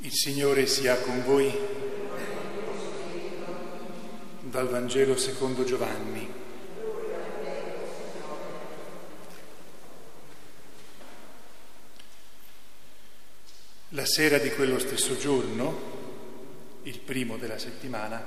Il Signore sia con voi. Dal Vangelo secondo Giovanni. La sera di quello stesso giorno, il primo della settimana,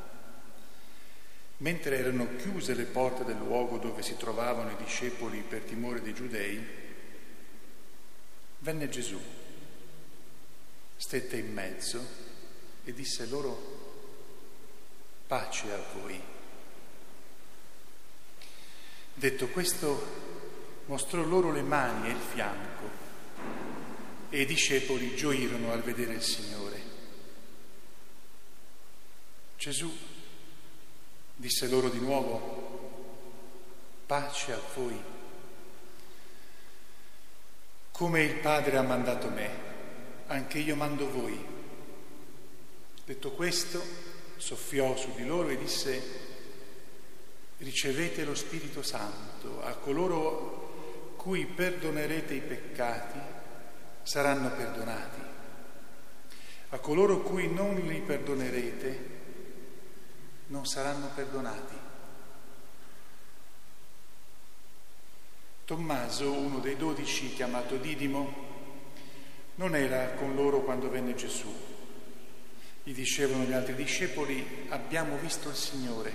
mentre erano chiuse le porte del luogo dove si trovavano i discepoli per timore dei giudei, venne Gesù, stette in mezzo e disse loro: pace a voi. Detto questo, mostrò loro le mani e il fianco, e i discepoli gioirono al vedere il Signore. Gesù disse loro di nuovo: pace a voi. Come il Padre ha mandato me, anche io mando voi. Detto questo, soffiò su di loro e disse: ricevete lo Spirito Santo. A coloro cui perdonerete i peccati saranno perdonati. A coloro cui non li perdonerete non saranno perdonati. Tommaso, uno dei 12, chiamato Didimo, non era con loro quando venne Gesù. Gli dicevano gli altri discepoli: abbiamo visto il Signore.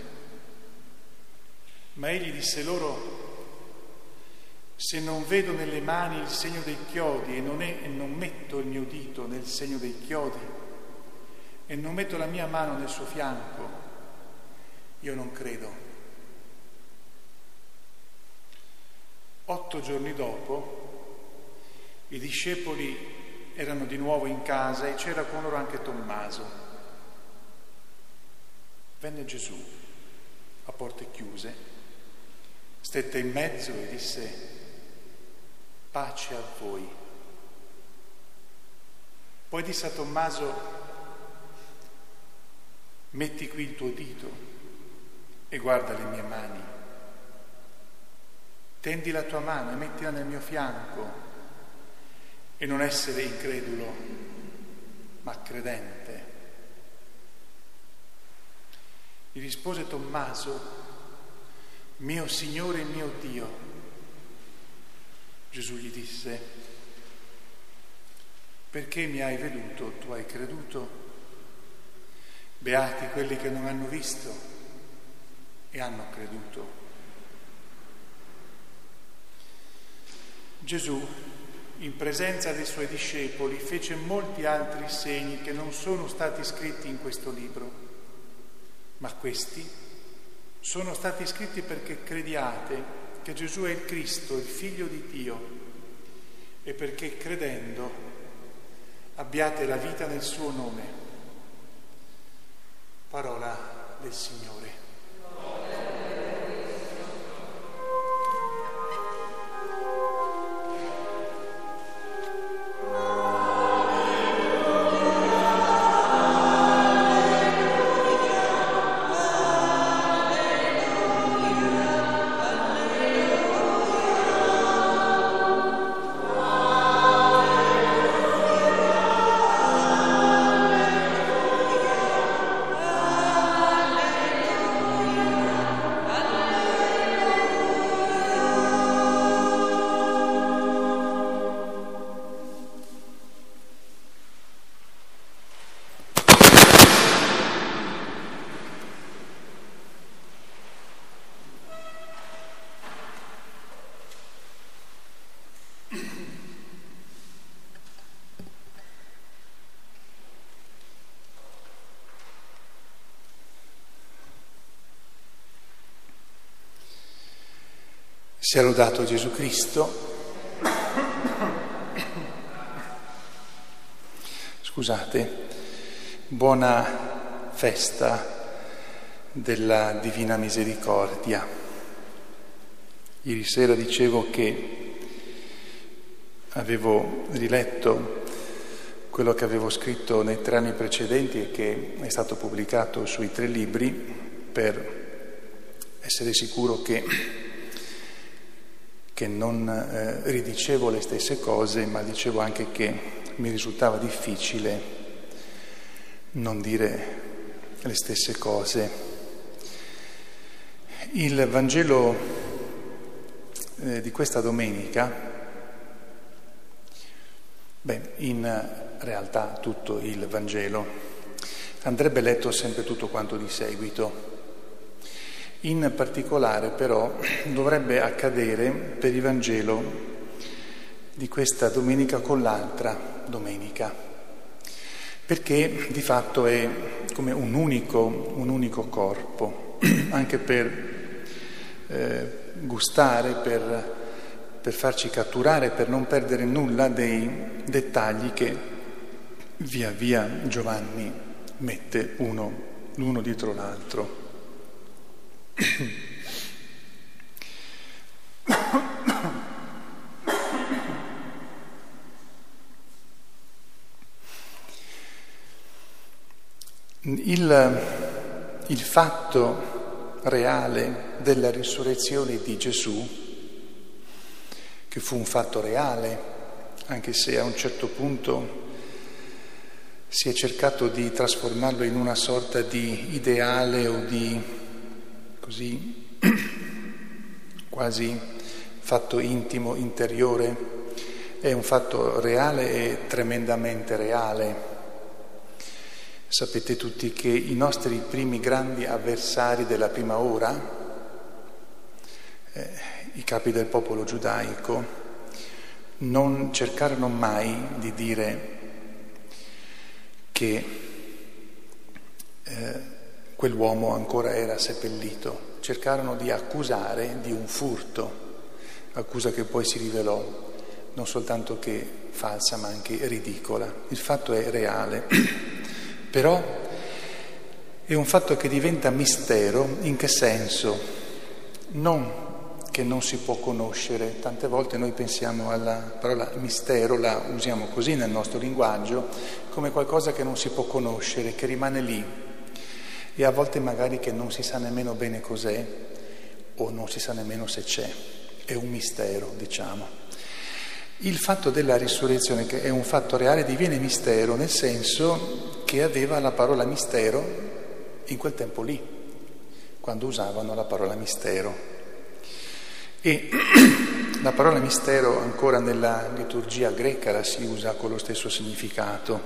Ma egli disse loro: se non vedo nelle mani il segno dei chiodi e non metto il mio dito nel segno dei chiodi e non metto la mia mano nel suo fianco, io non credo. 8 giorni dopo i discepoli erano di nuovo in casa e c'era con loro anche Tommaso. Venne Gesù a porte chiuse, stette in mezzo e disse: pace a voi. Poi disse a Tommaso: metti qui il tuo dito e guarda le mie mani. Tendi la tua mano e mettila nel mio fianco e non essere incredulo, ma credente. Gli rispose Tommaso: mio Signore e mio Dio. Gesù gli disse: perché mi hai veduto, tu hai creduto? Beati quelli che non hanno visto e hanno creduto. Gesù, in presenza dei suoi discepoli, fece molti altri segni che non sono stati scritti in questo libro, ma questi sono stati scritti perché crediate che Gesù è il Cristo, il Figlio di Dio, e perché credendo abbiate la vita nel suo nome. Parola del Signore. Sia lodato Gesù Cristo. Scusate, buona festa della Divina Misericordia. Ieri sera dicevo che avevo riletto quello che avevo scritto nei 3 anni precedenti e che è stato pubblicato sui 3 libri per essere sicuro che non ridicevo le stesse cose, ma dicevo anche che mi risultava difficile non dire le stesse cose. Il Vangelo di questa domenica, in realtà tutto il Vangelo, andrebbe letto sempre tutto quanto di seguito. In particolare però dovrebbe accadere per il Vangelo di questa domenica con l'altra domenica, perché di fatto è come un unico corpo, anche per gustare, per farci catturare, per non perdere nulla dei dettagli che via via Giovanni mette l'uno dietro l'altro. Il fatto reale della risurrezione di Gesù, che fu un fatto reale, anche se a un certo punto si è cercato di trasformarlo in una sorta di ideale o di così quasi fatto intimo, interiore, è un fatto reale e tremendamente reale. Sapete tutti che i nostri primi grandi avversari della prima ora, i capi del popolo giudaico, non cercarono mai di dire che quell'uomo ancora era seppellito, cercarono di accusare di un furto, accusa che poi si rivelò non soltanto che falsa ma anche ridicola. Il fatto è reale. Però è un fatto che diventa mistero. In che senso? Non che non si può conoscere. Tante volte noi pensiamo alla parola mistero, la usiamo così nel nostro linguaggio, come qualcosa che non si può conoscere, che rimane lì. E a volte magari che non si sa nemmeno bene cos'è o non si sa nemmeno se c'è. È un mistero, diciamo. Il fatto della risurrezione, che è un fatto reale, diviene mistero nel senso che aveva la parola mistero in quel tempo lì, quando usavano la parola mistero. E la parola mistero ancora nella liturgia greca la si usa con lo stesso significato.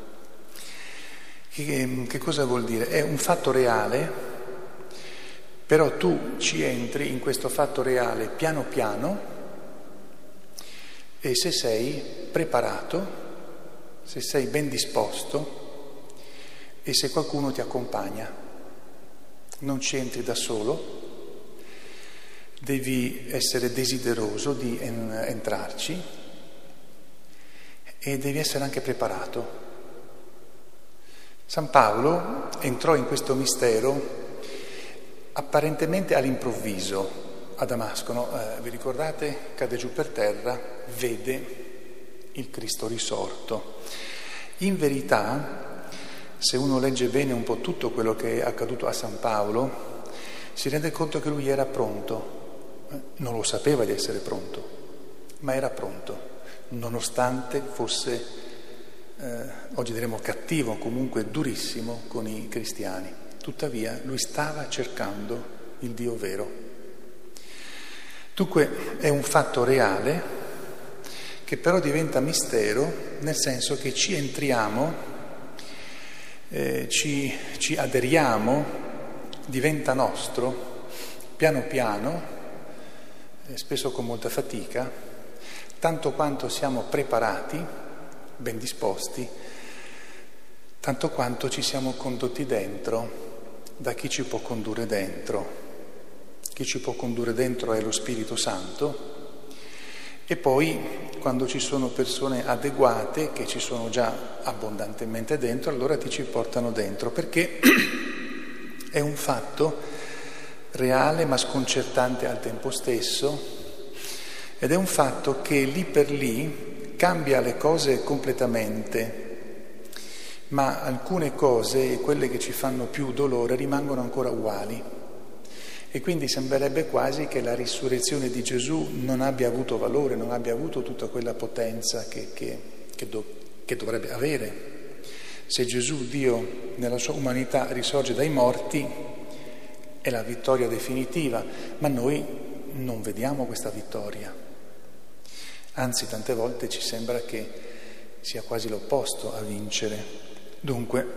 Che cosa vuol dire? È un fatto reale, però tu ci entri in questo fatto reale piano piano, e se sei preparato, se sei ben disposto e se qualcuno ti accompagna, non ci entri da solo, devi essere desideroso di entrarci e devi essere anche preparato. San Paolo entrò in questo mistero apparentemente all'improvviso a Damasco, no? Vi ricordate? Cade giù per terra, vede il Cristo risorto. In verità, se uno legge bene un po' tutto quello che è accaduto a San Paolo, si rende conto che lui era pronto. Non lo sapeva di essere pronto, ma era pronto, nonostante fosse, oggi diremo cattivo, comunque durissimo con i cristiani. Tuttavia lui stava cercando il Dio vero. Dunque è un fatto reale che però diventa mistero nel senso che ci entriamo, ci aderiamo, diventa nostro, piano piano, spesso con molta fatica, tanto quanto siamo preparati, ben disposti, tanto quanto ci siamo condotti dentro da chi ci può condurre dentro. Chi ci può condurre dentro è lo Spirito Santo, e poi quando ci sono persone adeguate che ci sono già abbondantemente dentro, allora ti ci portano dentro, perché è un fatto reale ma sconcertante al tempo stesso, ed è un fatto che lì per lì cambia le cose completamente, ma alcune cose, quelle che ci fanno più dolore, rimangono ancora uguali. E quindi sembrerebbe quasi che la risurrezione di Gesù non abbia avuto valore, non abbia avuto tutta quella potenza che dovrebbe avere. Se Gesù, Dio, nella sua umanità risorge dai morti, è la vittoria definitiva, ma noi non vediamo questa vittoria. Anzi, tante volte ci sembra che sia quasi l'opposto a vincere. Dunque,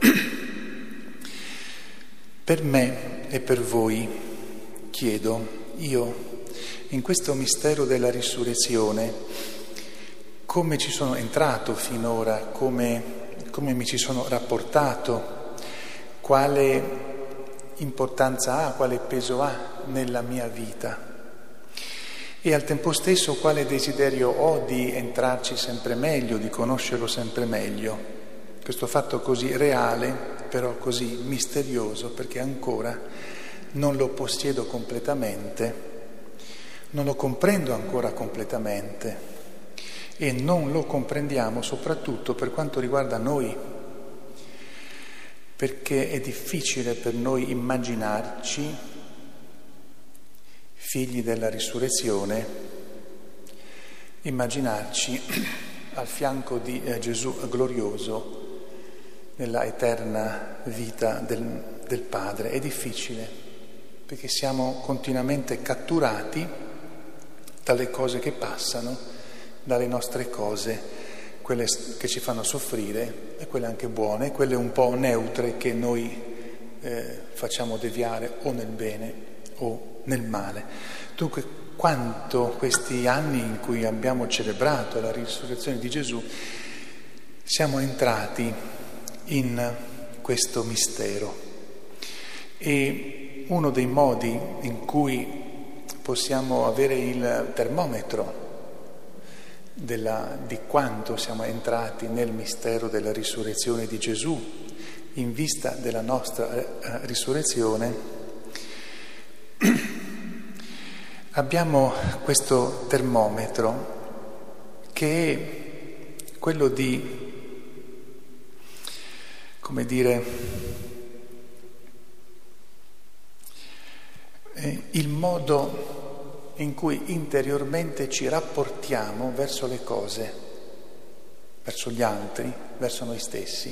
per me e per voi chiedo, io, in questo mistero della risurrezione, come ci sono entrato finora, come mi ci sono rapportato, quale importanza ha, quale peso ha nella mia vita e al tempo stesso quale desiderio ho di entrarci sempre meglio, di conoscerlo sempre meglio. Questo fatto così reale, però così misterioso, perché ancora non lo possiedo completamente, non lo comprendo ancora completamente e non lo comprendiamo soprattutto per quanto riguarda noi, perché è difficile per noi immaginarci figli della risurrezione, immaginarci al fianco di Gesù glorioso nella eterna vita del Padre. È difficile perché siamo continuamente catturati dalle cose che passano, dalle nostre cose, quelle che ci fanno soffrire e quelle anche buone, quelle un po' neutre che noi facciamo deviare o nel bene o nel male. Dunque, quanto questi anni in cui abbiamo celebrato la risurrezione di Gesù siamo entrati in questo mistero. E uno dei modi in cui possiamo avere il termometro di quanto siamo entrati nel mistero della risurrezione di Gesù in vista della nostra risurrezione, abbiamo questo termometro che è quello di, come dire, il modo in cui interiormente ci rapportiamo verso le cose, verso gli altri, verso noi stessi.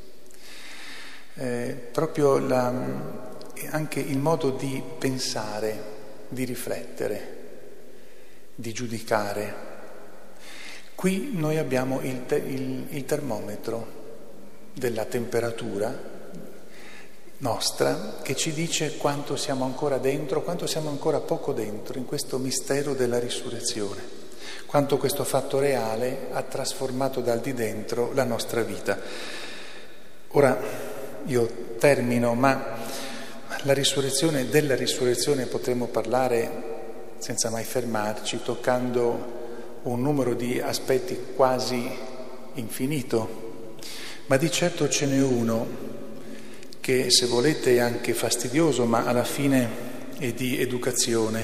Proprio anche il modo di pensare, di riflettere, di giudicare. Qui noi abbiamo il termometro della temperatura nostra che ci dice quanto siamo ancora dentro, quanto siamo ancora poco dentro in questo mistero della risurrezione, quanto questo fatto reale ha trasformato dal di dentro la nostra vita. Ora io termino, ma della risurrezione potremmo parlare senza mai fermarci, toccando un numero di aspetti quasi infinito, ma di certo ce n'è uno che, se volete, è anche fastidioso, ma alla fine è di educazione.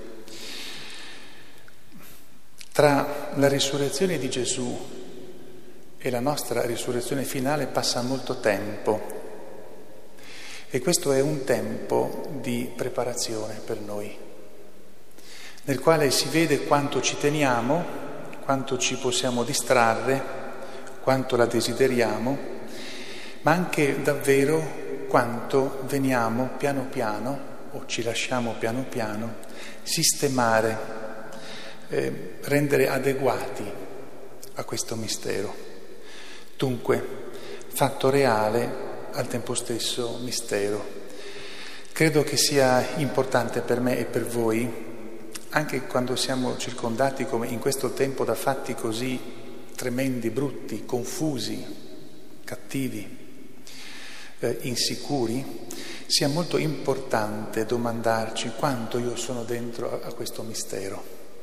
Tra la risurrezione di Gesù e la nostra risurrezione finale passa molto tempo, e questo è un tempo di preparazione per noi, nel quale si vede quanto ci teniamo, quanto ci possiamo distrarre, quanto la desideriamo, ma anche davvero quanto veniamo piano piano, o ci lasciamo piano piano, sistemare, rendere adeguati a questo mistero. Dunque, fatto reale, al tempo stesso mistero. Credo che sia importante per me e per voi, anche quando siamo circondati come in questo tempo da fatti così tremendi, brutti, confusi, cattivi, insicuri, sia molto importante domandarci quanto io sono dentro a questo mistero,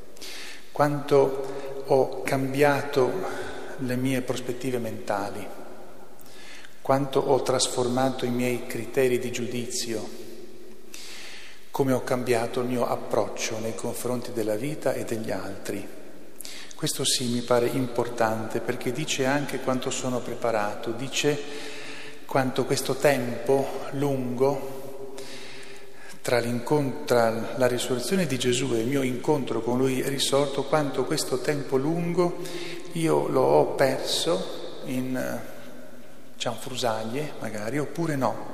quanto ho cambiato le mie prospettive mentali, quanto ho trasformato i miei criteri di giudizio, come ho cambiato il mio approccio nei confronti della vita e degli altri. Questo sì mi pare importante, perché dice anche quanto sono preparato, dice quanto questo tempo lungo tra la risurrezione di Gesù e il mio incontro con Lui risorto, quanto questo tempo lungo io lo ho perso in cianfrusaglie magari, oppure no,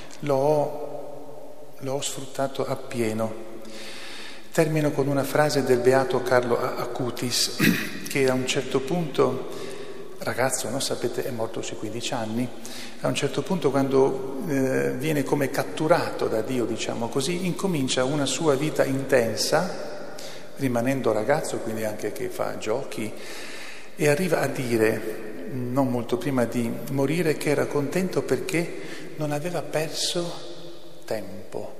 l'ho sfruttato appieno. Termino con una frase del beato Carlo Acutis, che a un certo punto, ragazzo, no? Sapete, è morto sui 15 anni, a un certo punto quando viene come catturato da Dio, diciamo così, incomincia una sua vita intensa, rimanendo ragazzo, quindi anche che fa giochi, e arriva a dire, non molto prima di morire, che era contento perché non aveva perso tempo.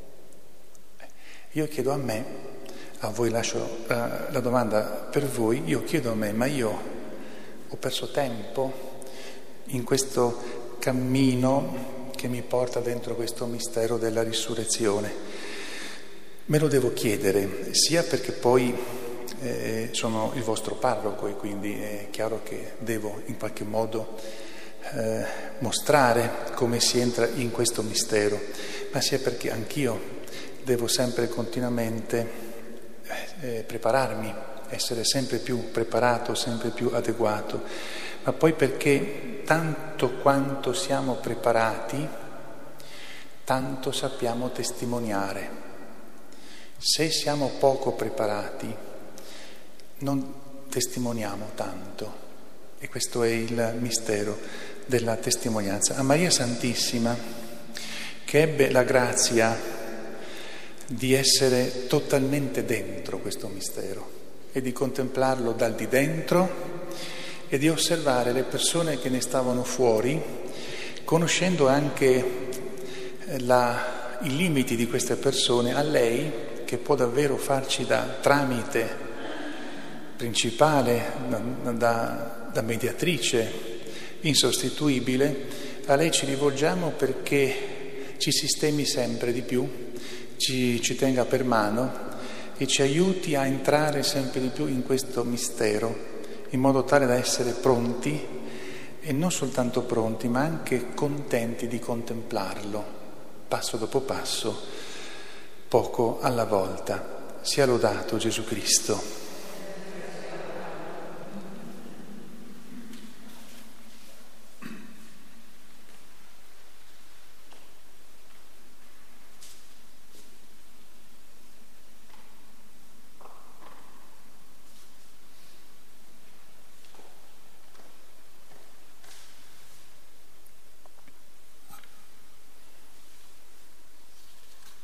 Io chiedo a me, a voi lascio la domanda per voi, io chiedo a me, ma io ho perso tempo in questo cammino che mi porta dentro questo mistero della risurrezione? Me lo devo chiedere, sia perché poi sono il vostro parroco e quindi è chiaro che devo in qualche modo mostrare come si entra in questo mistero, ma sia perché anch'io devo sempre continuamente prepararmi, essere sempre più preparato, sempre più adeguato, ma poi perché tanto quanto siamo preparati, tanto sappiamo testimoniare. Se siamo poco preparati, non testimoniamo tanto, e questo è il mistero della testimonianza. A Maria Santissima, che ebbe la grazia di essere totalmente dentro questo mistero e di contemplarlo dal di dentro e di osservare le persone che ne stavano fuori, conoscendo anche i limiti di queste persone, a lei, che può davvero farci da tramite principale, da mediatrice insostituibile, a lei ci rivolgiamo perché ci sistemi sempre di più, ci tenga per mano e ci aiuti a entrare sempre di più in questo mistero, in modo tale da essere pronti, e non soltanto pronti, ma anche contenti di contemplarlo, passo dopo passo, poco alla volta. Sia lodato Gesù Cristo.